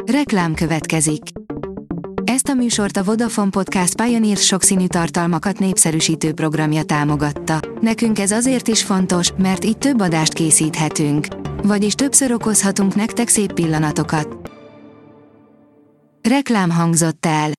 Reklám következik. Ezt a műsort a Vodafone Podcast Pioneer sokszínű tartalmakat népszerűsítő programja támogatta. Nekünk ez azért is fontos, mert így több adást készíthetünk. Vagyis többször okozhatunk nektek szép pillanatokat. Reklám hangzott el.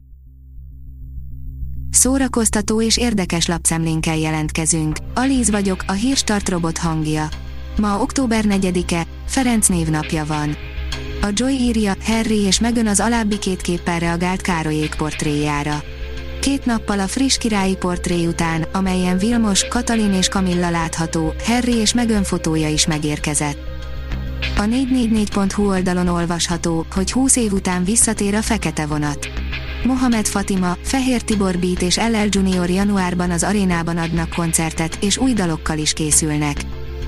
Szórakoztató és érdekes lapszemlénkkel jelentkezünk. Alíz vagyok, a Hírstart robot hangja. Ma október 4-e, Ferenc névnapja van. A Joy írja, Harry és Meghan az alábbi két képpel reagált Károlyék portréjára. 2 nappal a friss királyi portré után, amelyen Vilmos, Katalin és Kamilla látható, Harry és Meghan fotója is megérkezett. A 444.hu oldalon olvasható, hogy 20 év után visszatér a fekete vonat. Mohamed Fatima, Fehér Tibor Beat és LL Junior januárban az arénában adnak koncertet, és új dalokkal is készülnek.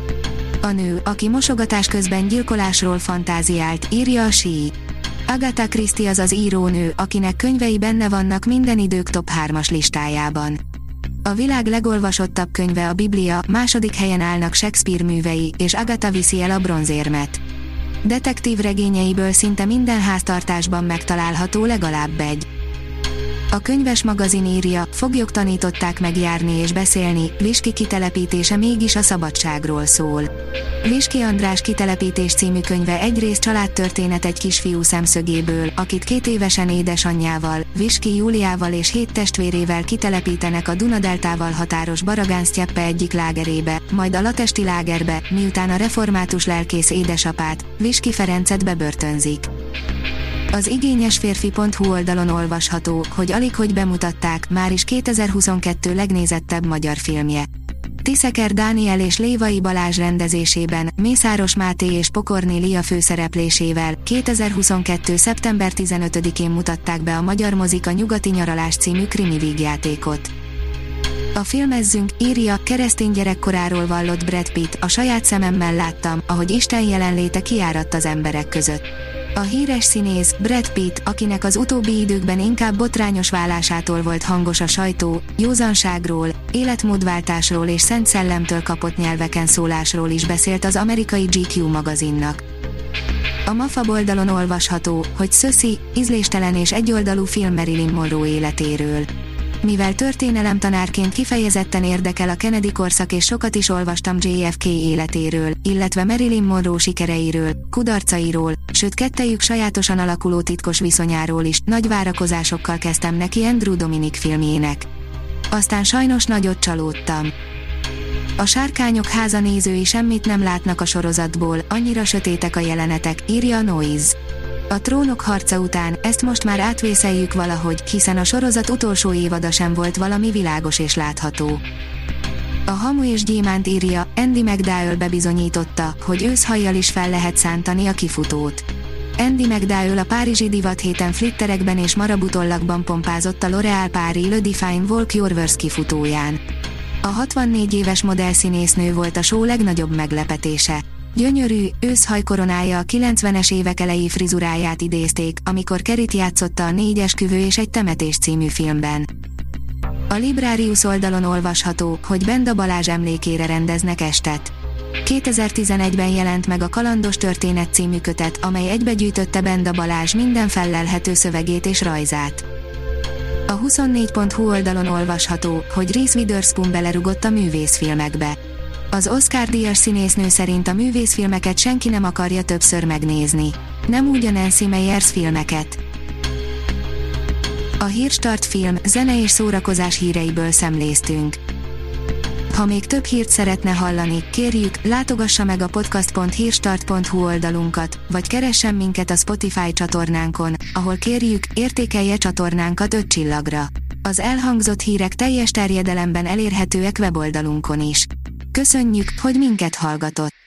A nő, aki mosogatás közben gyilkolásról fantáziált, írja a SHE. Agatha Christie az írónő, akinek könyvei benne vannak minden idők top 3-as listájában. A világ legolvasottabb könyve a Biblia, második helyen állnak Shakespeare művei, és Agatha viszi el a bronzérmet. Detektív regényeiből szinte minden háztartásban megtalálható legalább egy. A könyves magazin írja, foglyok tanították meg járni és beszélni, Viski kitelepítése mégis a szabadságról szól. Viski András kitelepítés című könyve egyrészt családtörténet egy kisfiú szemszögéből, akit 2 évesen édesanyjával, Viski Júliával és 7 testvérével kitelepítenek a Dunadeltával határos Baragánsztyeppe egyik lágerébe, majd a Latesti lágerbe, miután a református lelkész édesapát, Viski Ferencet bebörtönzik. Az igényesférfi.hu oldalon olvasható, hogy alighogy bemutatták, máris 2022 legnézettebb magyar filmje. Tiszeker Dániel és Lévai Balázs rendezésében, Mészáros Máté és Pokorné Lia főszereplésével 2022. szeptember 15-én mutatták be a magyar mozik a Nyugati nyaralás című krimi vígjátékot. A Filmezzünk írja, keresztény gyerekkoráról vallott Brad Pitt, a saját szememmel láttam, ahogy Isten jelenléte kiáradt az emberek között. A híres színész, Brad Pitt, akinek az utóbbi időkben inkább botrányos válásától volt hangos a sajtó, józanságról, életmódváltásról és szent szellemtől kapott nyelveken szólásról is beszélt az amerikai GQ magazinnak. A MAFA oldalon olvasható, hogy szöszi, ízléstelen és egyoldalú film Marilyn Monroe életéről. Mivel történelemtanárként kifejezetten érdekel a Kennedy korszak és sokat is olvastam JFK életéről, illetve Marilyn Monroe sikereiről, kudarcairól, sőt kettejük sajátosan alakuló titkos viszonyáról is, nagy várakozásokkal kezdtem neki Andrew Dominic filmjének. Aztán sajnos nagyot csalódtam. A Sárkányok háza nézői semmit nem látnak a sorozatból, annyira sötétek a jelenetek, írja a Noise. A Trónok harca után ezt most már átvészeljük valahogy, hiszen a sorozat utolsó évada sem volt valami világos és látható. A Hamu és Gyémánt írja, Andie MacDowell bebizonyította, hogy őszhajjal is fel lehet szántani a kifutót. Andie MacDowell a párizsi divathéten flitterekben és marabutollakban pompázott a L'Oréal Paris Le Define Walk Your Words kifutóján. A 64 éves modellszínésznő volt a show legnagyobb meglepetése. Gyönyörű, őszhajkoronája a 90-es évek elejé frizuráját idézték, amikor Kerit játszotta a 4 esküvő és egy temetés című filmben. A Librarius oldalon olvasható, hogy Benda Balázs emlékére rendeznek estet. 2011-ben jelent meg a Kalandos történet című kötet, amely egybegyűjtötte Benda Balázs minden fellelhető szövegét és rajzát. A 24.hu oldalon olvasható, hogy Reese Witherspoon belerugott a művészfilmekbe. Az Oscar-díjas színésznő szerint a művészfilmeket senki nem akarja többször megnézni. Nem úgy a Nancy Meyers filmeket. A Hírstart film, zene és szórakozás híreiből szemléztünk. Ha még több hírt szeretne hallani, kérjük, látogassa meg a podcast.hírstart.hu oldalunkat, vagy keressen minket a Spotify csatornánkon, ahol kérjük, értékelje csatornánkat 5 csillagra. Az elhangzott hírek teljes terjedelemben elérhetőek weboldalunkon is. Köszönjük, hogy minket hallgatott!